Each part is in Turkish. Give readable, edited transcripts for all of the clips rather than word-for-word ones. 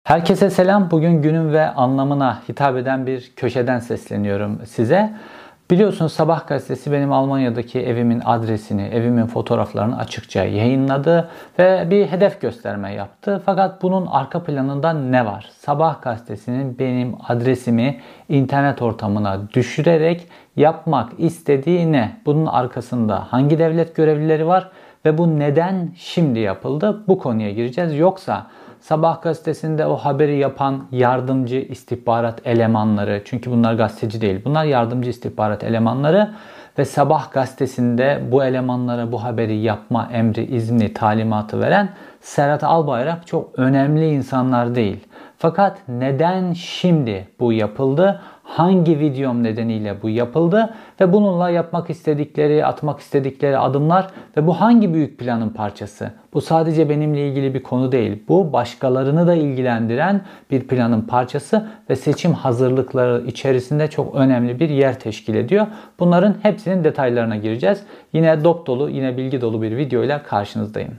Herkese selam. Bugün günün ve anlamına hitap eden bir köşeden sesleniyorum size. Biliyorsunuz Sabah gazetesi benim Almanya'daki evimin adresini, evimin fotoğraflarını açıkça yayınladı ve bir hedef gösterme yaptı. Fakat bunun arka planında ne var? Sabah gazetesinin benim adresimi internet ortamına düşürerek yapmak istediği ne? Bunun arkasında hangi devlet görevlileri var ve bu neden şimdi yapıldı? Bu konuya gireceğiz. Yoksa Sabah gazetesinde o haberi yapan yardımcı istihbarat elemanları, çünkü bunlar gazeteci değil, bunlar yardımcı istihbarat elemanları ve Sabah gazetesinde bu elemanlara bu haberi yapma emri, izni, talimatı veren Serhat Albayrak çok önemli insanlar değil. Fakat neden şimdi bu yapıldı? Hangi videom nedeniyle bu yapıldı? Ve bununla yapmak istedikleri, atmak istedikleri adımlar ve bu hangi büyük planın parçası? Bu sadece benimle ilgili bir konu değil. Bu başkalarını da ilgilendiren bir planın parçası ve seçim hazırlıkları içerisinde çok önemli bir yer teşkil ediyor. Bunların hepsinin detaylarına gireceğiz. Yine dop dolu, yine bilgi dolu bir videoyla karşınızdayım.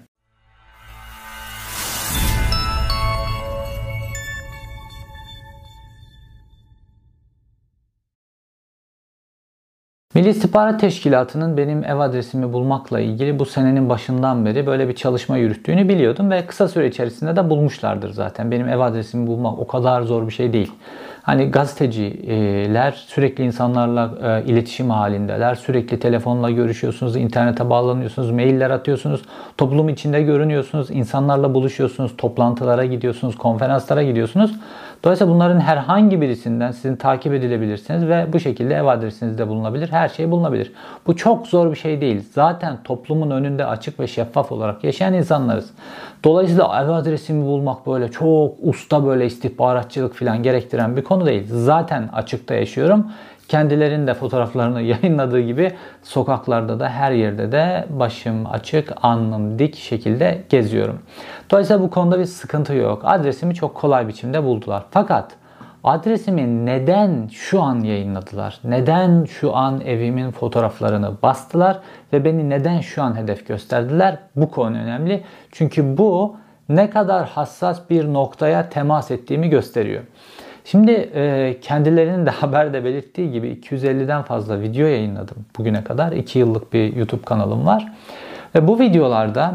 Milli İstihbarat Teşkilatı'nın benim ev adresimi bulmakla ilgili bu senenin başından beri böyle bir çalışma yürüttüğünü biliyordum ve kısa süre içerisinde de bulmuşlardır zaten. Benim ev adresimi bulmak o kadar zor bir şey değil. Hani gazeteciler sürekli insanlarla iletişim halindeler. Sürekli telefonla görüşüyorsunuz, internete bağlanıyorsunuz, mailler atıyorsunuz, toplum içinde görünüyorsunuz, insanlarla buluşuyorsunuz, toplantılara gidiyorsunuz, konferanslara gidiyorsunuz. Dolayısıyla bunların herhangi birisinden sizin takip edilebilirsiniz ve bu şekilde ev adresinizde bulunabilir. Her şey bulunabilir. Bu çok zor bir şey değil. Zaten toplumun önünde açık ve şeffaf olarak yaşayan insanlarız. Dolayısıyla ev adresimi bulmak böyle çok usta böyle istihbaratçılık falan gerektiren bir konu değil. Zaten açıkta yaşıyorum. Kendilerinin de fotoğraflarını yayınladığı gibi sokaklarda da her yerde de başım açık, alnım dik şekilde geziyorum. Dolayısıyla bu konuda bir sıkıntı yok. Adresimi çok kolay biçimde buldular. Fakat adresimi neden şu an yayınladılar? Neden şu an evimin fotoğraflarını bastılar ve beni neden şu an hedef gösterdiler? Bu konu önemli. Çünkü bu ne kadar hassas bir noktaya temas ettiğimi gösteriyor. Şimdi kendilerinin de haberde belirttiği gibi 250'den fazla video yayınladım bugüne kadar. 2 yıllık bir YouTube kanalım var. Ve bu videolarda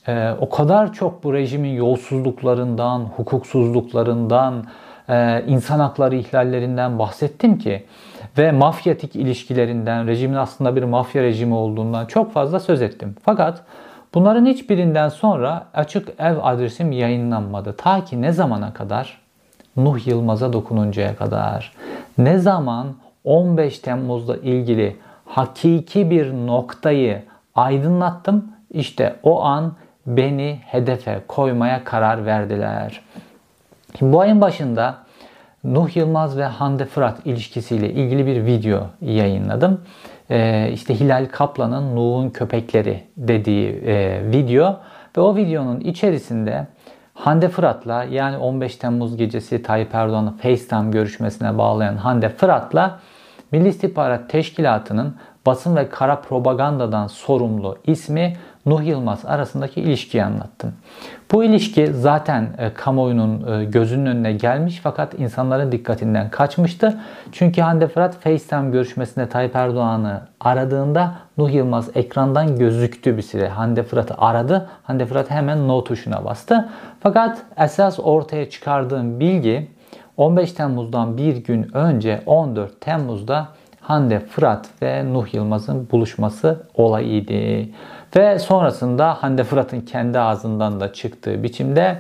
o kadar çok bu rejimin yolsuzluklarından, hukuksuzluklarından, insan hakları ihlallerinden bahsettim ki ve mafyatik ilişkilerinden, rejimin aslında bir mafya rejimi olduğundan çok fazla söz ettim. Fakat bunların hiçbirinden sonra açık ev adresim yayınlanmadı. Ta ki ne zamana kadar? Nuh Yılmaz'a dokununcaya kadar. Ne zaman 15 Temmuz'la ilgili hakiki bir noktayı aydınlattım, işte o an beni hedefe koymaya karar verdiler. Şimdi bu ayın başında Nuh Yılmaz ve Hande Fırat ilişkisiyle ilgili bir video yayınladım. İşte Hilal Kaplan'ın Nuh'un köpekleri dediği video ve o videonun içerisinde Hande Fırat'la, yani 15 Temmuz gecesi Tayyip Erdoğan'ı FaceTime görüşmesine bağlayan Hande Fırat'la Milli İstihbarat Teşkilatı'nın basın ve kara propagandadan sorumlu ismi Nuh Yılmaz arasındaki ilişkiyi anlattım. Bu ilişki zaten kamuoyunun gözünün önüne gelmiş fakat insanların dikkatinden kaçmıştı. Çünkü Hande Fırat FaceTime görüşmesinde Tayyip Erdoğan'ı aradığında Nuh Yılmaz ekrandan gözüktü bir süre. Hande Fırat'ı aradı. Hande Fırat hemen no tuşuna bastı. Fakat esas ortaya çıkardığım bilgi 15 Temmuz'dan bir gün önce 14 Temmuz'da Hande Fırat ve Nuh Yılmaz'ın buluşması olayıydı. Ve sonrasında Hande Fırat'ın kendi ağzından da çıktığı biçimde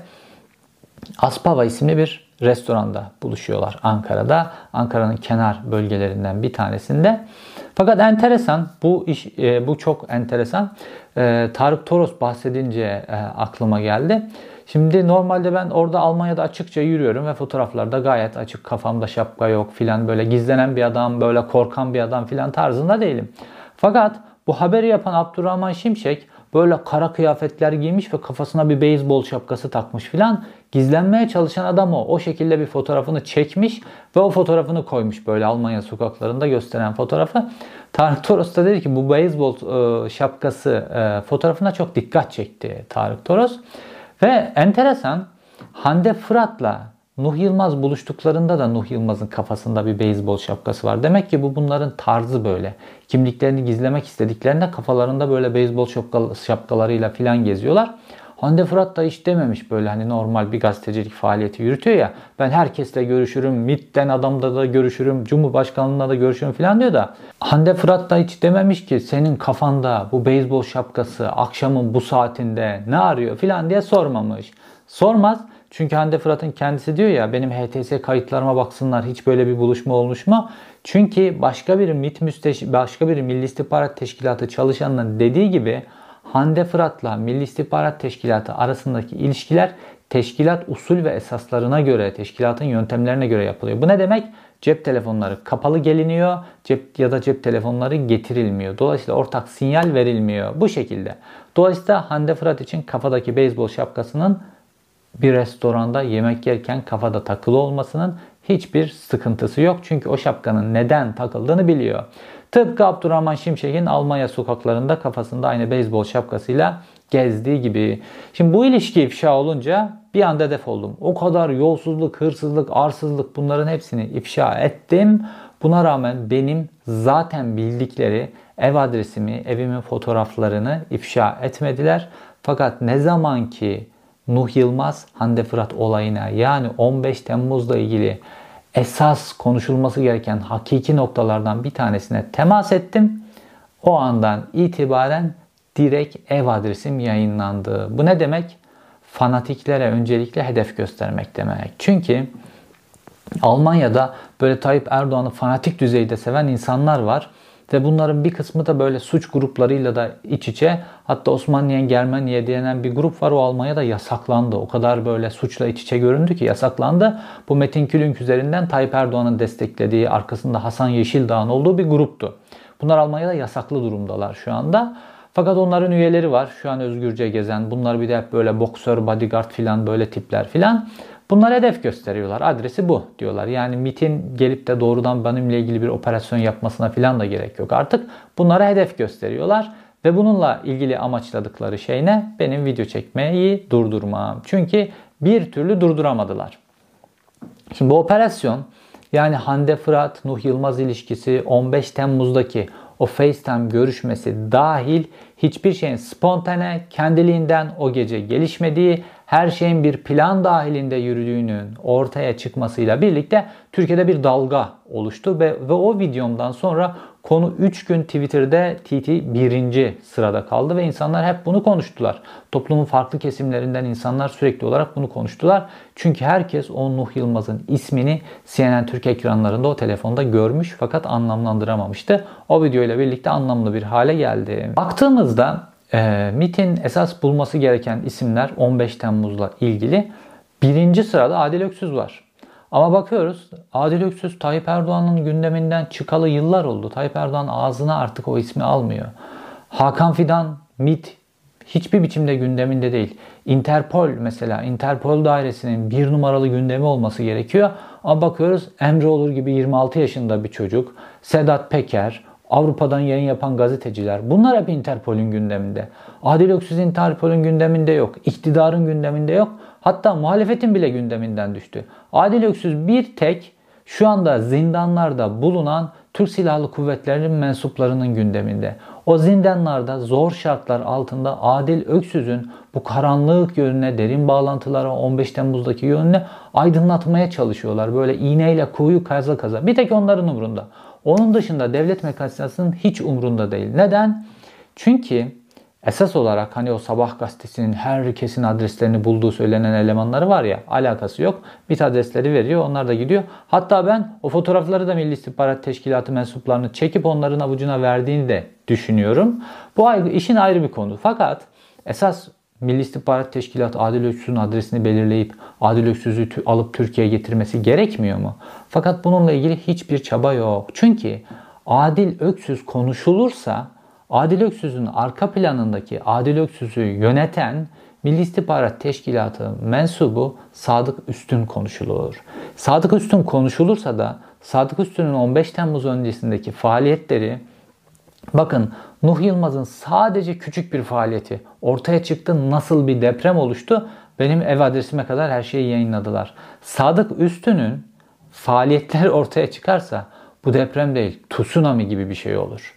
Aspava isimli bir restoranda buluşuyorlar Ankara'da. Ankara'nın kenar bölgelerinden bir tanesinde. Fakat enteresan, bu çok enteresan. Tarık Toros bahsedince aklıma geldi. Şimdi normalde ben orada Almanya'da açıkça yürüyorum ve fotoğraflarda gayet açık, kafamda şapka yok filan, böyle gizlenen bir adam, böyle korkan bir adam filan tarzında değilim. Fakat bu haberi yapan Abdurrahman Şimşek böyle kara kıyafetler giymiş ve kafasına bir beyzbol şapkası takmış filan. Gizlenmeye çalışan adam o. O şekilde bir fotoğrafını çekmiş ve o fotoğrafını koymuş böyle Almanya sokaklarında gösteren fotoğrafı. Tarık Toros da dedi ki bu beyzbol şapkası fotoğrafına çok dikkat çekti Tarık Toros. Ve enteresan, Hande Fırat'la Nuh Yılmaz buluştuklarında da Nuh Yılmaz'ın kafasında bir beyzbol şapkası var. Demek ki bu bunların tarzı böyle. Kimliklerini gizlemek istediklerinde kafalarında böyle beyzbol şapkalarıyla filan geziyorlar. Hande Fırat da hiç dememiş böyle hani normal bir gazetecilik faaliyeti yürütüyor ya. Ben herkesle görüşürüm, MİT'ten adamla da görüşürüm, Cumhurbaşkanlığına da görüşürüm filan diyor da. Hande Fırat da hiç dememiş ki senin kafanda bu beyzbol şapkası akşamın bu saatinde ne arıyor filan diye sormamış. Sormaz. Çünkü Hande Fırat'ın kendisi diyor ya benim HTS kayıtlarıma baksınlar hiç böyle bir buluşma olmuş mu? Çünkü başka bir başka bir Milli İstihbarat Teşkilatı çalışanının dediği gibi Hande Fırat'la Milli İstihbarat Teşkilatı arasındaki ilişkiler teşkilat usul ve esaslarına göre, teşkilatın yöntemlerine göre yapılıyor. Bu ne demek? Cep telefonları kapalı geliniyor, cep telefonları getirilmiyor. Dolayısıyla ortak sinyal verilmiyor. Bu şekilde. Dolayısıyla Hande Fırat için kafadaki beyzbol şapkasının bir restoranda yemek yerken kafada takılı olmasının hiçbir sıkıntısı yok. Çünkü o şapkanın neden takıldığını biliyor. Tıpkı Abdurrahman Şimşek'in Almanya sokaklarında kafasında aynı beyzbol şapkasıyla gezdiği gibi. Şimdi bu ilişki ifşa olunca bir anda hedef oldum. O kadar yolsuzluk, hırsızlık, arsızlık bunların hepsini ifşa ettim. Buna rağmen benim zaten bildikleri ev adresimi, evimin fotoğraflarını ifşa etmediler. Fakat ne zaman ki Nuh Yılmaz, Hande Fırat olayına yani 15 Temmuz'la ilgili esas konuşulması gereken hakiki noktalardan bir tanesine temas ettim. O andan itibaren direkt ev adresim yayınlandı. Bu ne demek? Fanatiklere öncelikle hedef göstermek demek. Çünkü Almanya'da böyle Tayyip Erdoğan'ı fanatik düzeyde seven insanlar var. Ve bunların bir kısmı da böyle suç gruplarıyla da iç içe. Hatta Osmaniye Germaniye denen bir grup var. O Almanya'da yasaklandı. O kadar böyle suçla iç içe göründü ki yasaklandı. Bu Metin Külünk üzerinden Tayyip Erdoğan'ın desteklediği, arkasında Hasan Yeşildağ'ın olduğu bir gruptu. Bunlar Almanya'da yasaklı durumdalar şu anda. Fakat onların üyeleri var. Şu an özgürce gezen. Bunlar bir de hep böyle boksör, bodyguard filan böyle tipler filan. Bunlar hedef gösteriyorlar. Adresi bu diyorlar. Yani MİT'in gelip de doğrudan benimle ilgili bir operasyon yapmasına filan da gerek yok artık. Bunlara hedef gösteriyorlar. Ve bununla ilgili amaçladıkları şey ne? Benim video çekmeyi durdurmam. Çünkü bir türlü durduramadılar. Şimdi bu operasyon yani Hande Fırat, Nuh Yılmaz ilişkisi 15 Temmuz'daki o FaceTime görüşmesi dahil hiçbir şeyin spontane, kendiliğinden o gece gelişmediği, her şeyin bir plan dahilinde yürüdüğünün ortaya çıkmasıyla birlikte Türkiye'de bir dalga oluştu ve o videomdan sonra konu 3 gün Twitter'da TT 1. sırada kaldı ve insanlar hep bunu konuştular. Toplumun farklı kesimlerinden insanlar sürekli olarak bunu konuştular. Çünkü herkes o Nuh Yılmaz'ın ismini CNN Türk ekranlarında o telefonda görmüş fakat anlamlandıramamıştı. O video ile birlikte anlamlı bir hale geldi. Baktığımızda MİT'in esas bulması gereken isimler 15 Temmuz'la ilgili 1. sırada Adil Öksüz var. Ama bakıyoruz Adil Öksüz Tayyip Erdoğan'ın gündeminden çıkalı yıllar oldu. Tayyip Erdoğan ağzına artık o ismi almıyor. Hakan Fidan, MİT hiçbir biçimde gündeminde değil. Interpol mesela, Interpol dairesinin 1 numaralı gündemi olması gerekiyor. Ama bakıyoruz Emre Olur gibi 26 yaşında bir çocuk, Sedat Peker, Avrupa'dan yayın yapan gazeteciler. Bunlar hep Interpol'ün gündeminde. Adil Öksüz Interpol'ün gündeminde yok. İktidarın gündeminde yok. Hatta muhalefetin bile gündeminden düştü. Adil Öksüz bir tek şu anda zindanlarda bulunan Türk Silahlı Kuvvetleri'nin mensuplarının gündeminde. O zindanlarda zor şartlar altında Adil Öksüz'ün bu karanlık yönüne, derin bağlantılara, 15 Temmuz'daki yönüne aydınlatmaya çalışıyorlar. Böyle iğneyle kuyu kaza kaza. Bir tek onların umurunda. Onun dışında devlet mekanizmasının hiç umrunda değil. Neden? Çünkü esas olarak hani o Sabah gazetesinin herkesin adreslerini bulduğu söylenen elemanları var ya, alakası yok. MİT adresleri veriyor, onlar da gidiyor. Hatta ben o fotoğrafları da Milli İstihbarat Teşkilatı mensuplarını çekip onların avucuna verdiğini de düşünüyorum. Bu işin ayrı bir konu. Fakat esas Milli İstihbarat Teşkilatı Adil Öksüz'ün adresini belirleyip Adil Öksüz'ü alıp Türkiye'ye getirmesi gerekmiyor mu? Fakat bununla ilgili hiçbir çaba yok. Çünkü Adil Öksüz konuşulursa Adil Öksüz'ün arka planındaki Adil Öksüz'ü yöneten Milli İstihbarat Teşkilatı mensubu Sadık Üstün konuşulur. Sadık Üstün konuşulursa da Sadık Üstün'ün 15 Temmuz öncesindeki faaliyetleri, bakın Nuh Yılmaz'ın sadece küçük bir faaliyeti ortaya çıktı, nasıl bir deprem oluştu benim ev adresime kadar her şeyi yayınladılar. Sadık Üstün'ün faaliyetler ortaya çıkarsa bu deprem değil, tsunami gibi bir şey olur.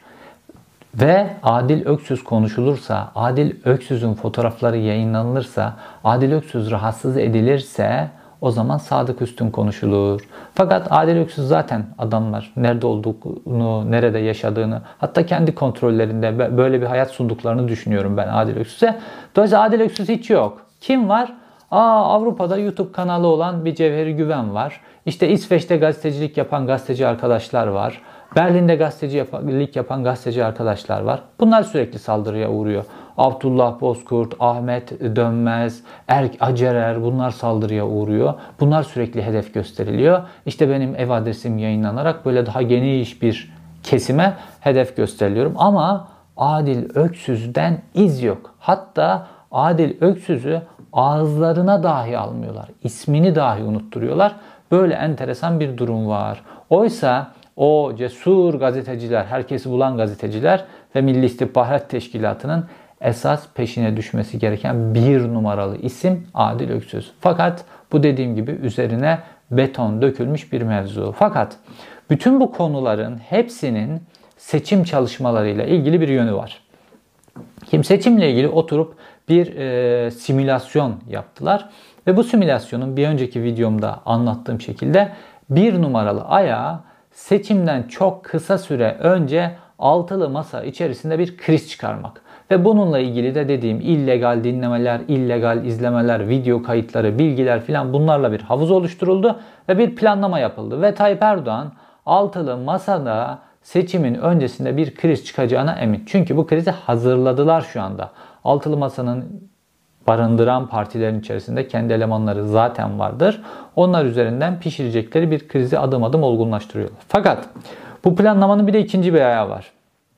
Ve Adil Öksüz konuşulursa, Adil Öksüz'ün fotoğrafları yayınlanırsa, Adil Öksüz rahatsız edilirse o zaman Sadık Üstün konuşulur. Fakat Adil Öksüz zaten adamlar nerede olduğunu, nerede yaşadığını, hatta kendi kontrollerinde böyle bir hayat sunduklarını düşünüyorum ben Adil Öksüz'e. Dolayısıyla Adil Öksüz hiç yok. Kim var? Avrupa'da YouTube kanalı olan bir Cevheri Güven var. İşte İsveç'te gazetecilik yapan gazeteci arkadaşlar var. Berlin'de gazetecilik yapan gazeteci arkadaşlar var. Bunlar sürekli saldırıya uğruyor. Abdullah Bozkurt, Ahmet Dönmez, Erk Acerer bunlar saldırıya uğruyor. Bunlar sürekli hedef gösteriliyor. İşte benim ev adresim yayınlanarak böyle daha geniş bir kesime hedef gösteriliyorum. Ama Adil Öksüz'den iz yok. Hatta Adil Öksüz'ü ağızlarına dahi almıyorlar. İsmini dahi unutturuyorlar. Böyle enteresan bir durum var. Oysa o cesur gazeteciler, herkesi bulan gazeteciler ve Milli İstihbarat Teşkilatı'nın esas peşine düşmesi gereken bir numaralı isim Adil Öksüz. Fakat bu dediğim gibi üzerine beton dökülmüş bir mevzu. Fakat bütün bu konuların hepsinin seçim çalışmalarıyla ilgili bir yönü var. Şimdi seçimle ilgili oturup bir simülasyon yaptılar. Ve bu simülasyonun bir önceki videomda anlattığım şekilde bir numaralı ayağı seçimden çok kısa süre önce altılı masa içerisinde bir kriz çıkarmak. Ve bununla ilgili de dediğim illegal dinlemeler, illegal izlemeler, video kayıtları, bilgiler filan bunlarla bir havuz oluşturuldu ve bir planlama yapıldı. Ve Tayyip Erdoğan altılı masada seçimin öncesinde bir kriz çıkacağına emin. Çünkü bu krizi hazırladılar şu anda. Altılı masanın barındıran partilerin içerisinde kendi elemanları zaten vardır. Onlar üzerinden pişirecekleri bir krizi adım adım olgunlaştırıyorlar. Fakat bu planlamanın bir de ikinci bir ayağı var.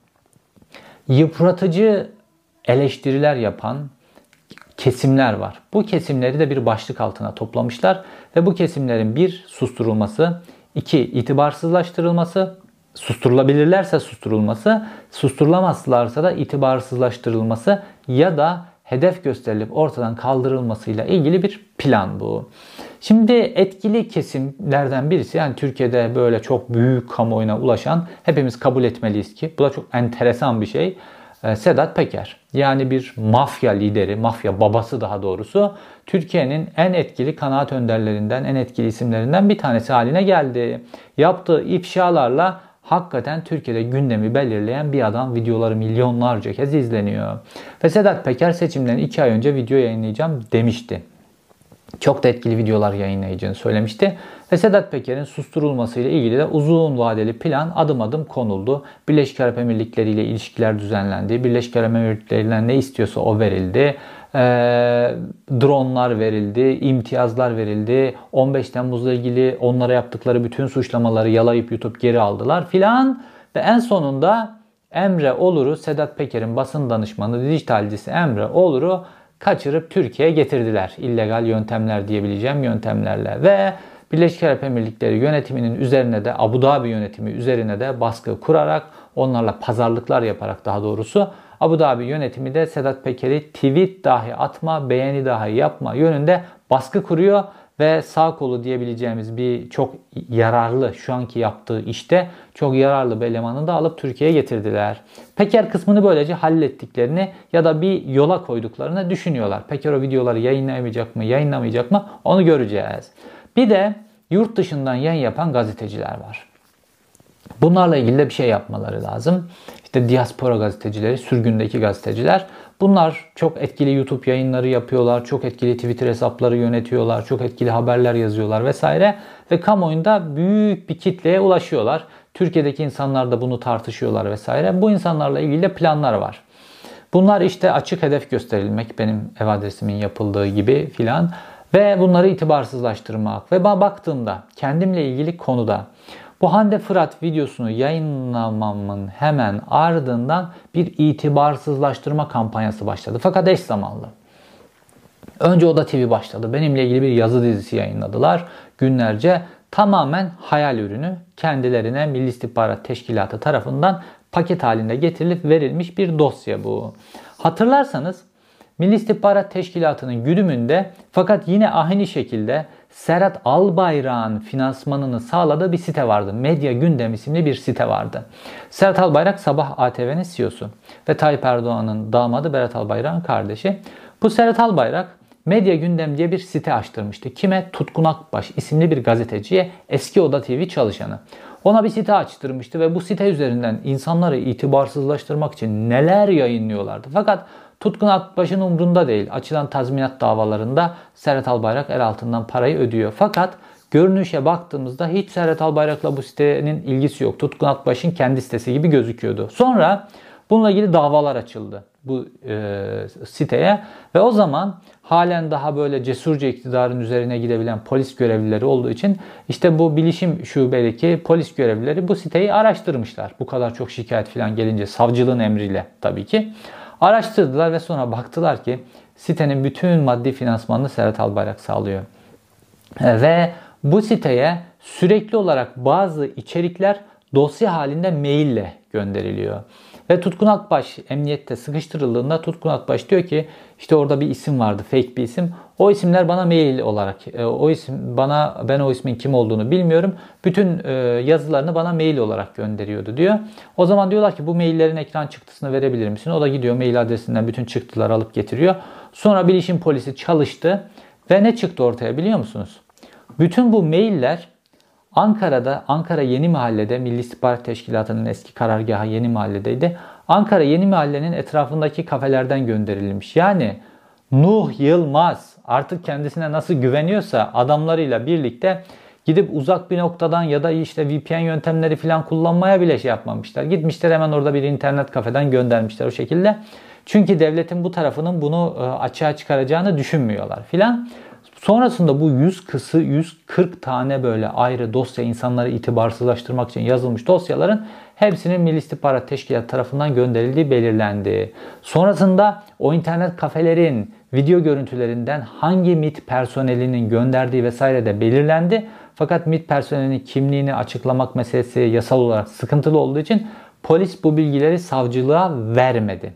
Yıpratıcı eleştiriler yapan kesimler var. Bu kesimleri de bir başlık altına toplamışlar ve bu kesimlerin bir susturulması, iki itibarsızlaştırılması, susturulabilirlerse susturulması, susturulamazlarsa da itibarsızlaştırılması ya da hedef gösterilip ortadan kaldırılmasıyla ilgili bir plan bu. Şimdi etkili kesimlerden birisi, yani Türkiye'de böyle çok büyük kamuoyuna ulaşan, hepimiz kabul etmeliyiz ki bu da çok enteresan bir şey. Sedat Peker, yani bir mafya lideri, mafya babası daha doğrusu, Türkiye'nin en etkili kanaat önderlerinden, en etkili isimlerinden bir tanesi haline geldi. Yaptığı ifşalarla hakikaten Türkiye'de gündemi belirleyen bir adam. Videoları milyonlarca kez izleniyor. Ve Sedat Peker seçimden 2 ay önce video yayınlayacağım demişti. Çok da etkili videolar yayınlayacağını söylemişti. Ve Sedat Peker'in susturulmasıyla ilgili de uzun vadeli plan adım adım konuldu. Birleşik Arap Emirlikleri ile ilişkiler düzenlendi. Birleşik Arap Emirlikleri'nden ne istiyorsa o verildi. Dronlar verildi, imtiyazlar verildi. 15 Temmuz'la ilgili onlara yaptıkları bütün suçlamaları yalayıp yutup geri aldılar filan. Ve en sonunda Emre Olur'u, Sedat Peker'in basın danışmanı, dijitalcisi Emre Olur'u kaçırıp Türkiye'ye getirdiler. İllegal yöntemler diyebileceğim yöntemlerle. Ve Birleşik Arap Emirlikleri yönetiminin üzerine de, Abu Dhabi yönetimi üzerine de baskı kurarak, onlarla pazarlıklar yaparak daha doğrusu, Abu Dhabi yönetimi de Sedat Peker'i tweet dahi atma, beğeni dahi yapma yönünde baskı kuruyor ve sağ kolu diyebileceğimiz bir çok yararlı, şu anki yaptığı işte çok yararlı bir elemanını da alıp Türkiye'ye getirdiler. Peker kısmını böylece hallettiklerini ya da bir yola koyduklarını düşünüyorlar. Peker o videoları yayınlayamayacak mı, yayınlamayacak mı onu göreceğiz. Bir de yurt dışından yayın yapan gazeteciler var. Bunlarla ilgili de bir şey yapmaları lazım. İşte diaspora gazetecileri, sürgündeki gazeteciler. Bunlar çok etkili YouTube yayınları yapıyorlar. Çok etkili Twitter hesapları yönetiyorlar. Çok etkili haberler yazıyorlar vesaire. Ve kamuoyunda büyük bir kitleye ulaşıyorlar. Türkiye'deki insanlar da bunu tartışıyorlar vesaire. Bu insanlarla ilgili de planlar var. Bunlar işte açık hedef gösterilmek, benim ev adresimin yapıldığı gibi filan. Ve bunları itibarsızlaştırmak. Ve baktığımda kendimle ilgili konuda bu Hande Fırat videosunu yayınlamamın hemen ardından bir itibarsızlaştırma kampanyası başladı. Fakat eş zamanlı. Önce Oda TV başladı. Benimle ilgili bir yazı dizisi yayınladılar. Günlerce tamamen hayal ürünü. Kendilerine Milli İstihbarat Teşkilatı tarafından paket halinde getirilip verilmiş bir dosya bu. Hatırlarsanız Milli İstihbarat Teşkilatı'nın güdümünde, fakat yine aynı şekilde Serhat Albayrak'ın finansmanını sağladığı bir site vardı. Medya Gündem isimli bir site vardı. Serhat Albayrak Sabah ATV'nin CEO'su ve Tayyip Erdoğan'ın damadı Berat Albayrak'ın kardeşi. Bu Serhat Albayrak Medya Gündem diye bir site açtırmıştı. Kime? Tutkun Akbaş isimli bir gazeteciye, eski Oda TV çalışanı. Ona bir site açtırmıştı ve bu site üzerinden insanları itibarsızlaştırmak için neler yayınlıyorlardı. Fakat Tutkun Akbaş'ın umrunda değil. Açılan tazminat davalarında Serhat Albayrak el altından parayı ödüyor. Fakat görünüşe baktığımızda hiç Serhat Albayrak'la bu sitenin ilgisi yok. Tutkun Akbaş'ın kendi sitesi gibi gözüküyordu. Sonra bununla ilgili davalar açıldı bu siteye ve o zaman halen daha böyle cesurca iktidarın üzerine gidebilen polis görevlileri olduğu için işte bu bilişim şubedeki polis görevlileri bu siteyi araştırmışlar. Bu kadar çok şikayet falan gelince, savcılığın emriyle tabii ki. Araştırdılar ve sonra baktılar ki sitenin bütün maddi finansmanını Serhat Albayrak sağlıyor. Ve bu siteye sürekli olarak bazı içerikler dosya halinde maille gönderiliyor. Ve Tutkun Akbaş emniyette sıkıştırıldığında Tutkun Akbaş diyor ki işte orada bir isim vardı, fake bir isim. O isimler bana mail olarak, ben o ismin kim olduğunu bilmiyorum. Bütün yazılarını bana mail olarak gönderiyordu diyor. O zaman diyorlar ki bu maillerin ekran çıktısını verebilir misin? O da gidiyor mail adresinden bütün çıktıları alıp getiriyor. Sonra bilişim polisi çalıştı ve ne çıktı ortaya biliyor musunuz? Bütün bu mailler Ankara'da, Ankara Yeni Mahalle'de, Milli İstihbarat Teşkilatı'nın eski karargahı Yeni Mahalle'deydi. Ankara Yeni Mahalle'nin etrafındaki kafelerden gönderilmiş. Yani Nuh Yılmaz artık kendisine nasıl güveniyorsa adamlarıyla birlikte gidip uzak bir noktadan ya da işte VPN yöntemleri falan kullanmaya bile şey yapmamışlar. Gitmişler hemen orada bir internet kafeden göndermişler o şekilde. Çünkü devletin bu tarafının bunu açığa çıkaracağını düşünmüyorlar filan. Sonrasında bu 140 tane böyle ayrı dosya, insanları itibarsızlaştırmak için yazılmış dosyaların hepsinin Milli İstihbarat Teşkilatı tarafından gönderildiği belirlendi. Sonrasında o internet kafelerin video görüntülerinden hangi MİT personelinin gönderdiği vesaire de belirlendi. Fakat MİT personelinin kimliğini açıklamak meselesi yasal olarak sıkıntılı olduğu için polis bu bilgileri savcılığa vermedi.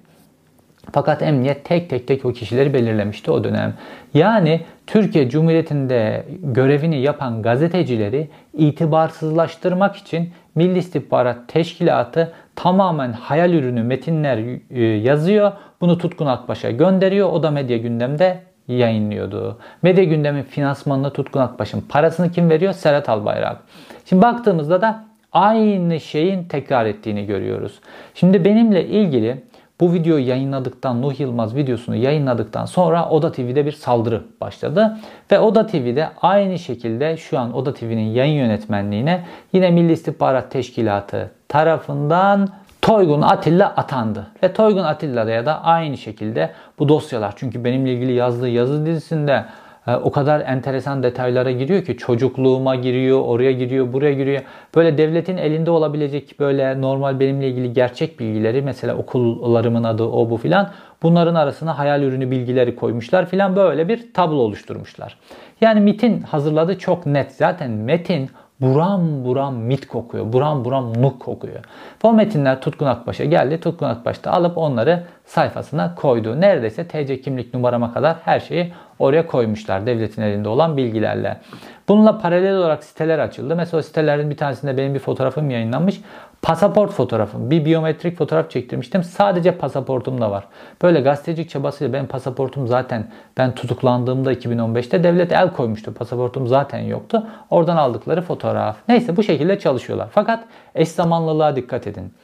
Fakat emniyet tek tek o kişileri belirlemişti o dönem. Yani Türkiye Cumhuriyeti'nde görevini yapan gazetecileri itibarsızlaştırmak için Milli İstihbarat Teşkilatı tamamen hayal ürünü metinler yazıyor. Bunu Tutkun Akbaş'a gönderiyor. O da Medya Gündem'de yayınlıyordu. Medya Gündem'in finansmanını Tutkun Akbaş'ın parasını kim veriyor? Serhat Albayrak. Şimdi baktığımızda da aynı şeyin tekrar ettiğini görüyoruz. Şimdi benimle ilgili bu videoyu yayınladıktan, Nuh Yılmaz videosunu yayınladıktan sonra Oda TV'de bir saldırı başladı. Ve Oda TV'de aynı şekilde şu an Oda TV'nin yayın yönetmenliğine yine Milli İstihbarat Teşkilatı tarafından Toygun Atilla atandı. Ve Toygun Atilla'ya da aynı şekilde bu dosyalar, çünkü benimle ilgili yazdığı yazı dizisinde o kadar enteresan detaylara giriyor ki, çocukluğuma giriyor, oraya giriyor, buraya giriyor. Böyle devletin elinde olabilecek böyle normal benimle ilgili gerçek bilgileri, mesela okullarımın adı, o bu filan, bunların arasına hayal ürünü bilgileri koymuşlar filan, böyle bir tablo oluşturmuşlar. Yani MİT'in hazırladığı çok net. Zaten metin buram buram MİT kokuyor. Buram buram NUK kokuyor. O metinler Tutkun Akbaş'a geldi. Tutkun Akbaş da alıp onları sayfasına koydu. Neredeyse TC kimlik numarama kadar her şeyi oraya koymuşlar devletin elinde olan bilgilerle. Bununla paralel olarak siteler açıldı. Mesela o sitelerin bir tanesinde benim bir fotoğrafım yayınlanmış. Pasaport fotoğrafım. Bir biyometrik fotoğraf çektirmiştim. Sadece pasaportum da var. Böyle gazetecilik çabasıyla benim pasaportum zaten, ben tutuklandığımda 2015'te devlet el koymuştu. Pasaportum zaten yoktu. Oradan aldıkları fotoğraf. Neyse, bu şekilde çalışıyorlar. Fakat eş zamanlılığa dikkat edin.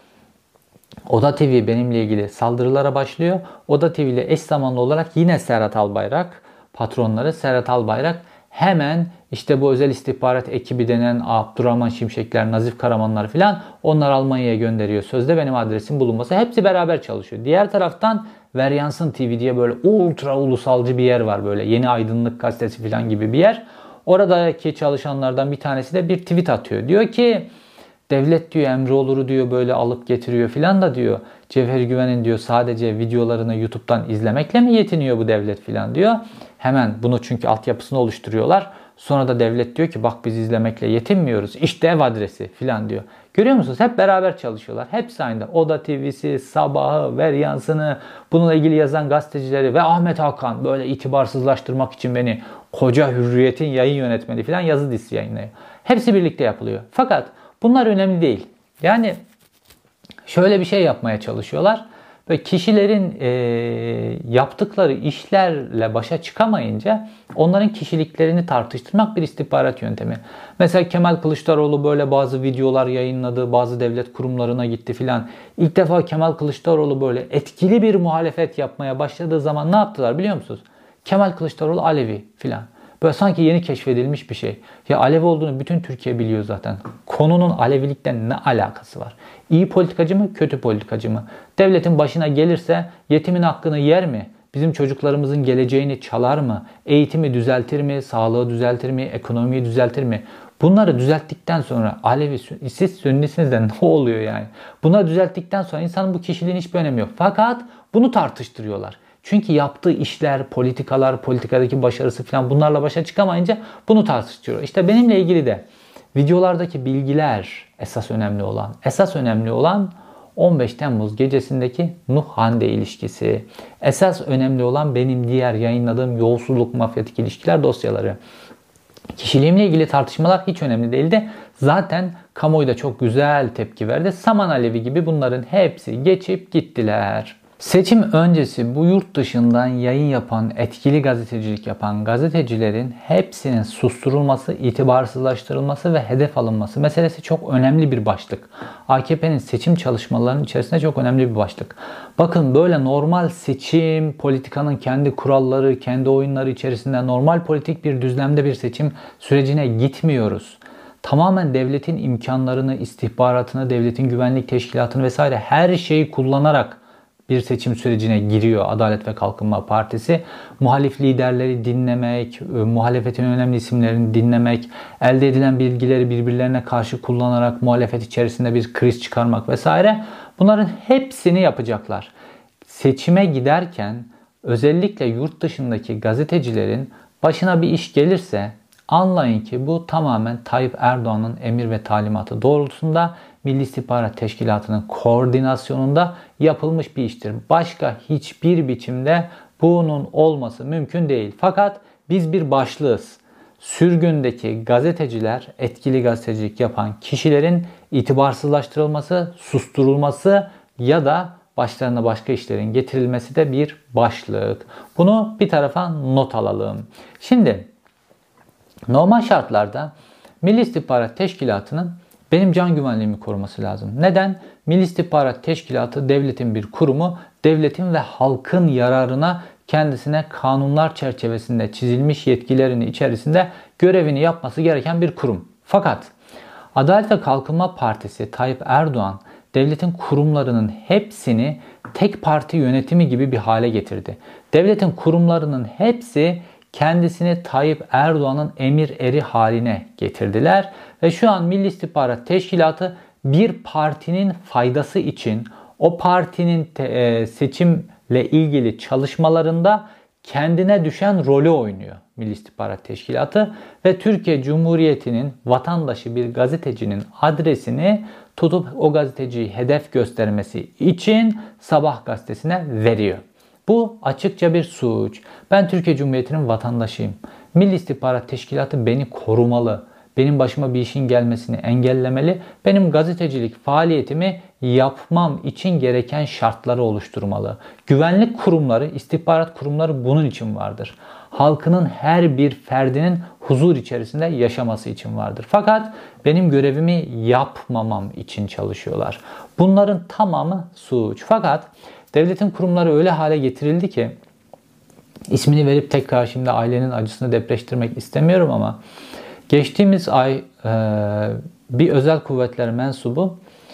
Oda TV benimle ilgili saldırılara başlıyor. Oda TV ile eş zamanlı olarak yine Serhat Albayrak, patronları Serhat Albayrak hemen işte bu özel istihbarat ekibi denen Abdurrahman Şimşekler, Nazif Karamanlar filan, onlar Almanya'ya gönderiyor. Sözde benim adresim bulunması. Hepsi beraber çalışıyor. Diğer taraftan Veryansın TV diye böyle ultra ulusalcı bir yer var, böyle Yeni Aydınlık Gazetesi filan gibi bir yer. Oradaki çalışanlardan bir tanesi de bir tweet atıyor. Diyor ki devlet diyor emri oluru diyor böyle alıp getiriyor filan da diyor. Cevher Güven'in diyor sadece videolarını YouTube'dan izlemekle mi yetiniyor bu devlet filan diyor. Hemen bunu, çünkü altyapısını oluşturuyorlar. Sonra da devlet diyor ki bak biz izlemekle yetinmiyoruz. İşte ev adresi filan diyor. Görüyor musunuz? Hep beraber çalışıyorlar. Hepsi aynı. Oda TV'si, Sabahı, Ver Yansın'ı, bununla ilgili yazan gazetecileri ve Ahmet Hakan böyle itibarsızlaştırmak için beni koca Hürriyet'in yayın yönetmeni filan yazı dizisi yayınlıyor. Hepsi birlikte yapılıyor. Fakat bunlar önemli değil. Yani şöyle bir şey yapmaya çalışıyorlar. Ve kişilerin yaptıkları işlerle başa çıkamayınca onların kişiliklerini tartıştırmak bir istihbarat yöntemi. Mesela Kemal Kılıçdaroğlu böyle bazı videolar yayınladı, bazı devlet kurumlarına gitti filan. İlk defa Kemal Kılıçdaroğlu böyle etkili bir muhalefet yapmaya başladığı zaman ne yaptılar biliyor musunuz? Kemal Kılıçdaroğlu Alevi filan. Böyle sanki yeni keşfedilmiş bir şey. Ya Alevi olduğunu bütün Türkiye biliyor zaten. Konunun Alevilikten ne alakası var? İyi politikacı mı, kötü politikacı mı? Devletin başına gelirse yetimin hakkını yer mi? Bizim çocuklarımızın geleceğini çalar mı? Eğitimi düzeltir mi? Sağlığı düzeltir mi? Ekonomiyi düzeltir mi? Bunları düzelttikten sonra Alevi, siz Sünnisiniz de ne oluyor yani? Bunları düzelttikten sonra insanın bu kişiliğin hiçbir önemi yok. Fakat bunu tartıştırıyorlar. Çünkü yaptığı işler, politikalar, politikadaki başarısı falan bunlarla başa çıkamayınca bunu tartıştırıyor. İşte benimle ilgili de videolardaki bilgiler esas önemli olan. Esas önemli olan 15 Temmuz gecesindeki Nuh-Hande ilişkisi. Esas önemli olan benim diğer yayınladığım yolsuzluk, mafyatik ilişkiler dosyaları. Kişiliğimle ilgili tartışmalar hiç önemli değildi. Zaten kamuoyu da çok güzel tepki verdi. Saman alevi gibi bunların hepsi geçip gittiler. Seçim öncesi bu yurt dışından yayın yapan, etkili gazetecilik yapan gazetecilerin hepsinin susturulması, itibarsızlaştırılması ve hedef alınması meselesi çok önemli bir başlık. AKP'nin seçim çalışmalarının içerisinde çok önemli bir başlık. Bakın böyle normal seçim, politikanın kendi kuralları, kendi oyunları içerisinde normal politik bir düzlemde bir seçim sürecine gitmiyoruz. Tamamen devletin imkanlarını, istihbaratını, devletin güvenlik teşkilatını vesaire her şeyi kullanarak bir seçim sürecine giriyor Adalet ve Kalkınma Partisi. Muhalif liderleri dinlemek, muhalefetin önemli isimlerini dinlemek, elde edilen bilgileri birbirlerine karşı kullanarak muhalefet içerisinde bir kriz çıkarmak vesaire. Bunların hepsini yapacaklar. Seçime giderken özellikle yurt dışındaki gazetecilerin başına bir iş gelirse anlayın ki bu tamamen Tayyip Erdoğan'ın emir ve talimatı doğrultusunda Milli İstihbarat Teşkilatı'nın koordinasyonunda yapılmış bir iştir. Başka hiçbir biçimde bunun olması mümkün değil. Fakat biz bir başlığız. Sürgündeki gazeteciler, etkili gazetecilik yapan kişilerin itibarsızlaştırılması, susturulması ya da başlarına başka işlerin getirilmesi de bir başlık. Bunu bir tarafa not alalım. Şimdi normal şartlarda Milli İstihbarat Teşkilatı'nın benim can güvenliğimi koruması lazım. Neden? Milli İstihbarat Teşkilatı devletin bir kurumu, devletin ve halkın yararına kendisine kanunlar çerçevesinde çizilmiş yetkilerini içerisinde görevini yapması gereken bir kurum. Fakat Adalet ve Kalkınma Partisi Tayyip Erdoğan devletin kurumlarının hepsini tek parti yönetimi gibi bir hale getirdi. Devletin kurumlarının hepsi kendisini Tayyip Erdoğan'ın emir eri haline getirdiler ve şu an Milli İstihbarat Teşkilatı bir partinin faydası için o partinin seçimle ilgili çalışmalarında kendine düşen rolü oynuyor Milli İstihbarat Teşkilatı ve Türkiye Cumhuriyeti'nin vatandaşı bir gazetecinin adresini tutup o gazeteciyi hedef göstermesi için Sabah gazetesine veriyor. Bu açıkça bir suç. Ben Türkiye Cumhuriyeti'nin vatandaşıyım. Milli İstihbarat Teşkilatı beni korumalı. Benim başıma bir işin gelmesini engellemeli. Benim gazetecilik faaliyetimi yapmam için gereken şartları oluşturmalı. Güvenlik kurumları, istihbarat kurumları bunun için vardır. Halkının her bir ferdinin huzur içerisinde yaşaması için vardır. Fakat benim görevimi yapmamam için çalışıyorlar. Bunların tamamı suç. Fakat devletin kurumları öyle hale getirildi ki ismini verip tekrar şimdi ailenin acısını depreştirmek istemiyorum ama geçtiğimiz ay bir özel kuvvetler mensubu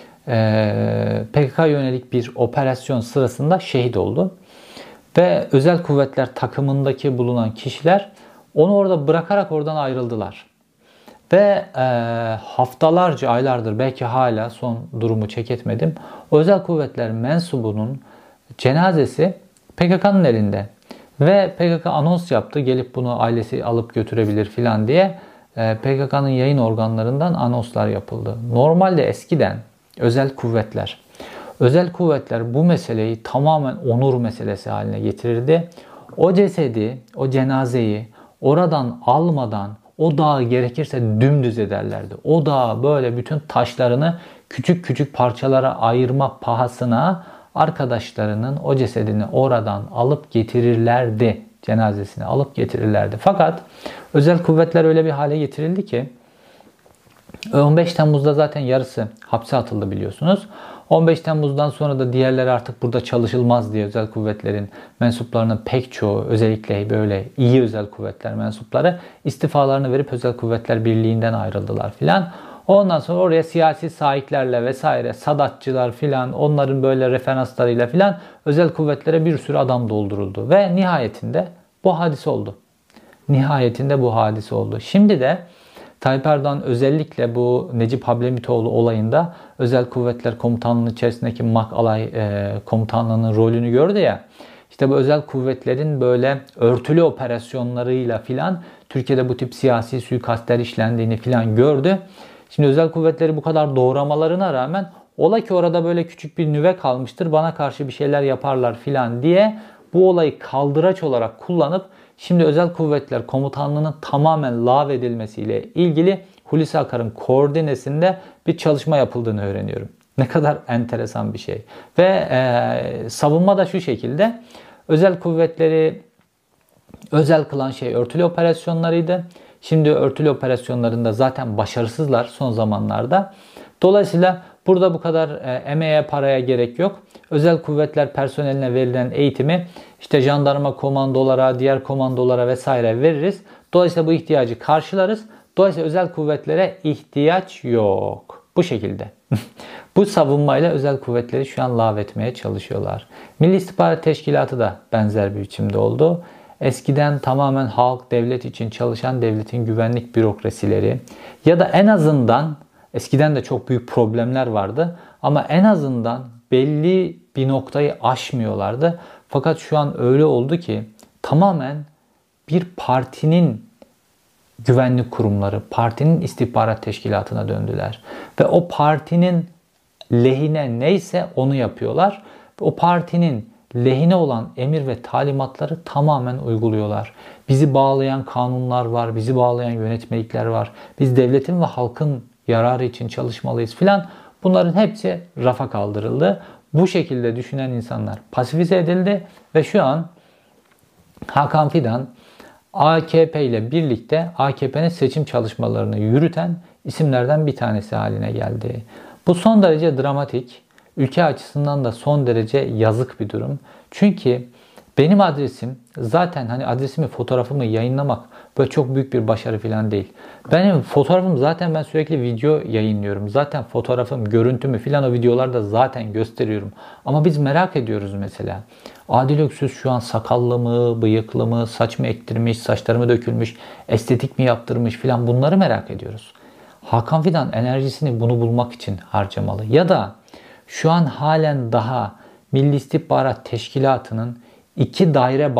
PKK yönelik bir operasyon sırasında şehit oldu. Ve özel kuvvetler takımındaki bulunan kişiler onu orada bırakarak oradan ayrıldılar. Ve haftalarca, aylardır belki hala son durumu check etmedim. Özel kuvvetler mensubunun cenazesi PKK'nın elinde. Ve PKK anons yaptı. Gelip bunu ailesi alıp götürebilir filan diye. PKK'nın yayın organlarından anonslar yapıldı. Normalde eskiden özel kuvvetler bu meseleyi tamamen onur meselesi haline getirirdi. O cesedi, o cenazeyi oradan almadan o dağı gerekirse dümdüz ederlerdi. O dağı böyle bütün taşlarını küçük küçük parçalara ayırma pahasına arkadaşlarının o cesedini oradan alıp getirirlerdi. Cenazesini alıp getirirlerdi. Fakat özel kuvvetler öyle bir hale getirildi ki 15 Temmuz'da zaten yarısı hapse atıldı biliyorsunuz. 15 Temmuz'dan sonra da diğerleri artık burada çalışılmaz diye özel kuvvetlerin mensuplarının pek çoğu, özellikle böyle iyi özel kuvvetler mensupları istifalarını verip özel kuvvetler birliğinden ayrıldılar filan. Ondan sonra oraya siyasi sahiplerle vesaire, Sadatçılar filan, onların böyle referanslarıyla filan özel kuvvetlere bir sürü adam dolduruldu. Ve nihayetinde bu hadise oldu. Şimdi de Tayyip Erdoğan özellikle bu Necip Hablemitoğlu olayında özel kuvvetler komutanlığı içerisindeki MAK alay komutanlığının rolünü gördü ya. İşte bu özel kuvvetlerin böyle örtülü operasyonlarıyla filan Türkiye'de bu tip siyasi suikastler işlendiğini filan gördü. Şimdi özel kuvvetleri bu kadar doğramalarına rağmen ola ki orada böyle küçük bir nüve kalmıştır, bana karşı bir şeyler yaparlar filan diye bu olayı kaldıraç olarak kullanıp şimdi özel kuvvetler komutanlığının tamamen lağvedilmesiyle ilgili Hulusi Akar'ın koordinesinde bir çalışma yapıldığını öğreniyorum. Ne kadar enteresan bir şey. Ve savunma da şu şekilde: özel kuvvetleri özel kılan şey örtülü operasyonlarıydı. Şimdi örtülü operasyonlarında zaten başarısızlar son zamanlarda. Dolayısıyla burada bu kadar emeğe, paraya gerek yok. Özel kuvvetler personeline verilen eğitimi işte jandarma komandolara, diğer komandolara vesaire veririz. Dolayısıyla bu ihtiyacı karşılarız. Dolayısıyla özel kuvvetlere ihtiyaç yok. Bu şekilde. Bu savunmayla özel kuvvetleri şu an lağvetmeye çalışıyorlar. Milli İstihbarat Teşkilatı da benzer bir biçimde oldu. Eskiden tamamen halk, devlet için çalışan devletin güvenlik bürokrasileri ya da en azından eskiden de çok büyük problemler vardı ama en azından belli bir noktayı aşmıyorlardı. Fakat şu an öyle oldu ki tamamen bir partinin güvenlik kurumları, partinin istihbarat teşkilatına döndüler. Ve o partinin lehine neyse onu yapıyorlar. O partinin lehine olan emir ve talimatları tamamen uyguluyorlar. Bizi bağlayan kanunlar var, bizi bağlayan yönetmelikler var. Biz devletin ve halkın yararı için çalışmalıyız filan. Bunların hepsi rafa kaldırıldı. Bu şekilde düşünen insanlar pasifize edildi ve şu an Hakan Fidan AKP ile birlikte AKP'nin seçim çalışmalarını yürüten isimlerden bir tanesi haline geldi. Bu son derece dramatik, ülke açısından da son derece yazık bir durum. Çünkü benim adresim zaten hani adresimi, fotoğrafımı yayınlamak böyle çok büyük bir başarı falan değil. Benim fotoğrafım zaten ben sürekli video yayınlıyorum. Zaten fotoğrafım, görüntümü falan o videolarda zaten gösteriyorum. Ama biz merak ediyoruz mesela. Adil Öksüz şu an sakallı mı, bıyıklı mı, saç mı ektirmiş, saçları mı dökülmüş, estetik mi yaptırmış falan, bunları merak ediyoruz. Hakan Fidan enerjisini bunu bulmak için harcamalı. Ya da şu an halen daha Milli İstihbarat Teşkilatı'nın iki daire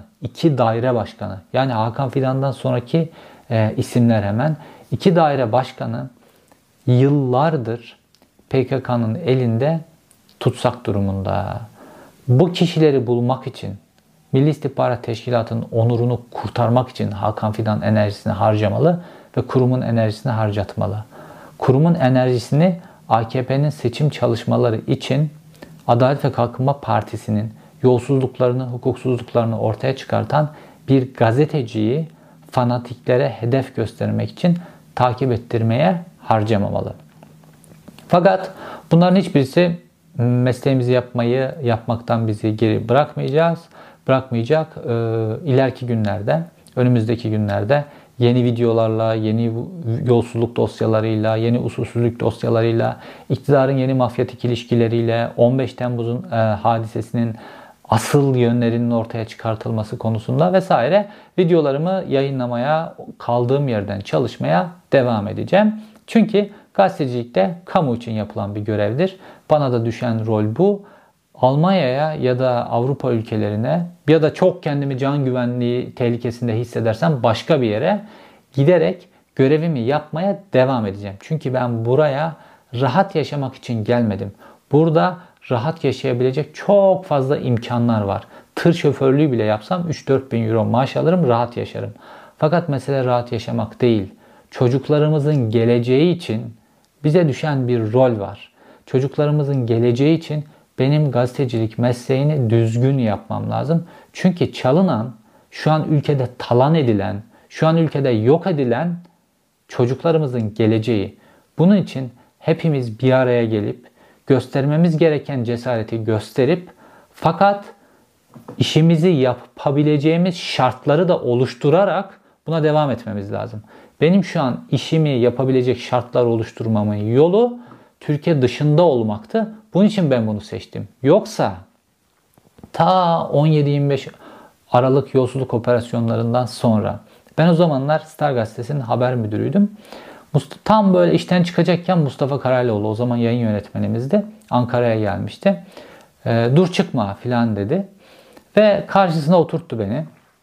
başkanı yani Hakan Fidan'dan sonraki isimler hemen iki daire başkanı yıllardır PKK'nın elinde tutsak durumunda. Bu kişileri bulmak için, Milli İstihbarat Teşkilatı'nın onurunu kurtarmak için Hakan Fidan enerjisini harcamalı ve kurumun enerjisini harcatmalı. Kurumun enerjisini AKP'nin seçim çalışmaları için Adalet ve Kalkınma Partisi'nin yolsuzluklarını, hukuksuzluklarını ortaya çıkartan bir gazeteciyi fanatiklere hedef göstermek için takip ettirmeye harcamamalı. Fakat bunların hiçbirisi mesleğimizi yapmaktan bizi geri bırakmayacak. İleriki günlerde, önümüzdeki günlerde yeni videolarla, yeni yolsuzluk dosyalarıyla, yeni usulsüzlük dosyalarıyla, iktidarın yeni mafyatik ilişkileriyle, 15 Temmuz'un hadisesinin asıl yönlerinin ortaya çıkartılması konusunda vesaire videolarımı yayınlamaya, kaldığım yerden çalışmaya devam edeceğim. Çünkü gazetecilik de kamu için yapılan bir görevdir. Bana da düşen rol bu. Almanya'ya ya da Avrupa ülkelerine ya da çok kendimi can güvenliği tehlikesinde hissedersem başka bir yere giderek görevimi yapmaya devam edeceğim. Çünkü ben buraya rahat yaşamak için gelmedim. Burada rahat yaşayabilecek çok fazla imkanlar var. Tır şoförlüğü bile yapsam 3-4 bin euro maaş alırım, rahat yaşarım. Fakat mesele rahat yaşamak değil. Çocuklarımızın geleceği için bize düşen bir rol var. Çocuklarımızın geleceği için benim gazetecilik mesleğini düzgün yapmam lazım. Çünkü çalınan, şu an ülkede talan edilen, şu an ülkede yok edilen çocuklarımızın geleceği. Bunun için hepimiz bir araya gelip göstermemiz gereken cesareti gösterip fakat işimizi yapabileceğimiz şartları da oluşturarak buna devam etmemiz lazım. Benim şu an işimi yapabilecek şartlar oluşturmamın yolu Türkiye dışında olmaktı. Bunun için ben bunu seçtim. Yoksa ta 17-25 Aralık yolsuzluk operasyonlarından sonra ben o zamanlar Star Gazetesi'nin haber müdürüydüm. Tam böyle işten çıkacakken Mustafa Karaylıoğlu o zaman yayın yönetmenimizdi. Ankara'ya gelmişti. Dur çıkma filan dedi. Ve karşısına oturttu beni.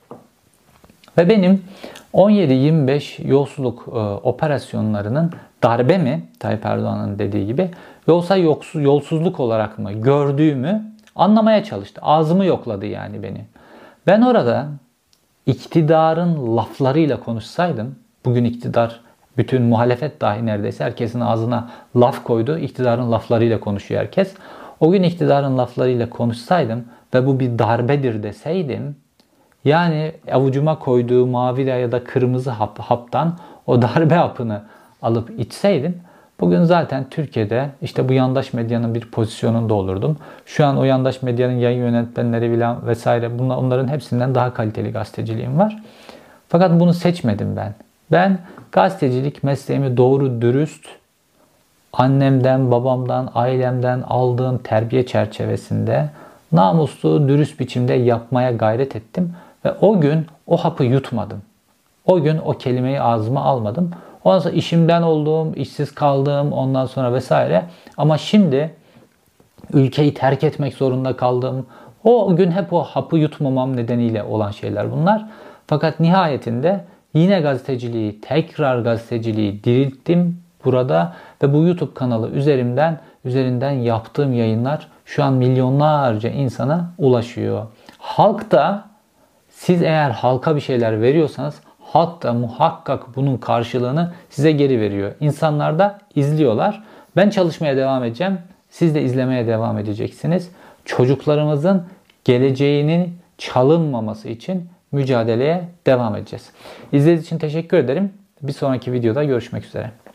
Ve benim 17-25 yolsuzluk operasyonlarının darbe mi, Tayyip Erdoğan'ın dediği gibi, yoksa yolsuzluk olarak mı gördüğümü anlamaya çalıştı. Ağzımı yokladı yani beni. Ben orada iktidarın laflarıyla konuşsaydım, bugün iktidar bütün muhalefet dahi neredeyse herkesin ağzına laf koydu. İktidarın laflarıyla konuşuyor herkes. O gün iktidarın laflarıyla konuşsaydım ve bu bir darbedir deseydim, yani avucuma koyduğu mavi ya da kırmızı haptan o darbe hapını alıp içseydim, bugün zaten Türkiye'de işte bu yandaş medyanın bir pozisyonunda olurdum. Şu an o yandaş medyanın yayın yönetmenleri bilen vesaire onların hepsinden daha kaliteli gazeteciliğim var. Fakat bunu seçmedim ben. Ben gazetecilik mesleğimi doğru dürüst annemden, babamdan, ailemden aldığım terbiye çerçevesinde namuslu, dürüst biçimde yapmaya gayret ettim. Ve o gün o hapı yutmadım. O gün o kelimeyi ağzıma almadım. Ondan sonra işimden oldum, işsiz kaldım ondan sonra vesaire. Ama şimdi ülkeyi terk etmek zorunda kaldım. O gün hep o hapı yutmamam nedeniyle olan şeyler bunlar. Fakat nihayetinde yine tekrar gazeteciliği dirilttim burada ve bu YouTube kanalı üzerinden yaptığım yayınlar şu an milyonlarca insana ulaşıyor. Halk da, siz eğer halka bir şeyler veriyorsanız halk da muhakkak bunun karşılığını size geri veriyor. İnsanlar da izliyorlar. Ben çalışmaya devam edeceğim. Siz de izlemeye devam edeceksiniz. Çocuklarımızın geleceğinin çalınmaması için mücadeleye devam edeceğiz. İzlediğiniz için teşekkür ederim. Bir sonraki videoda görüşmek üzere.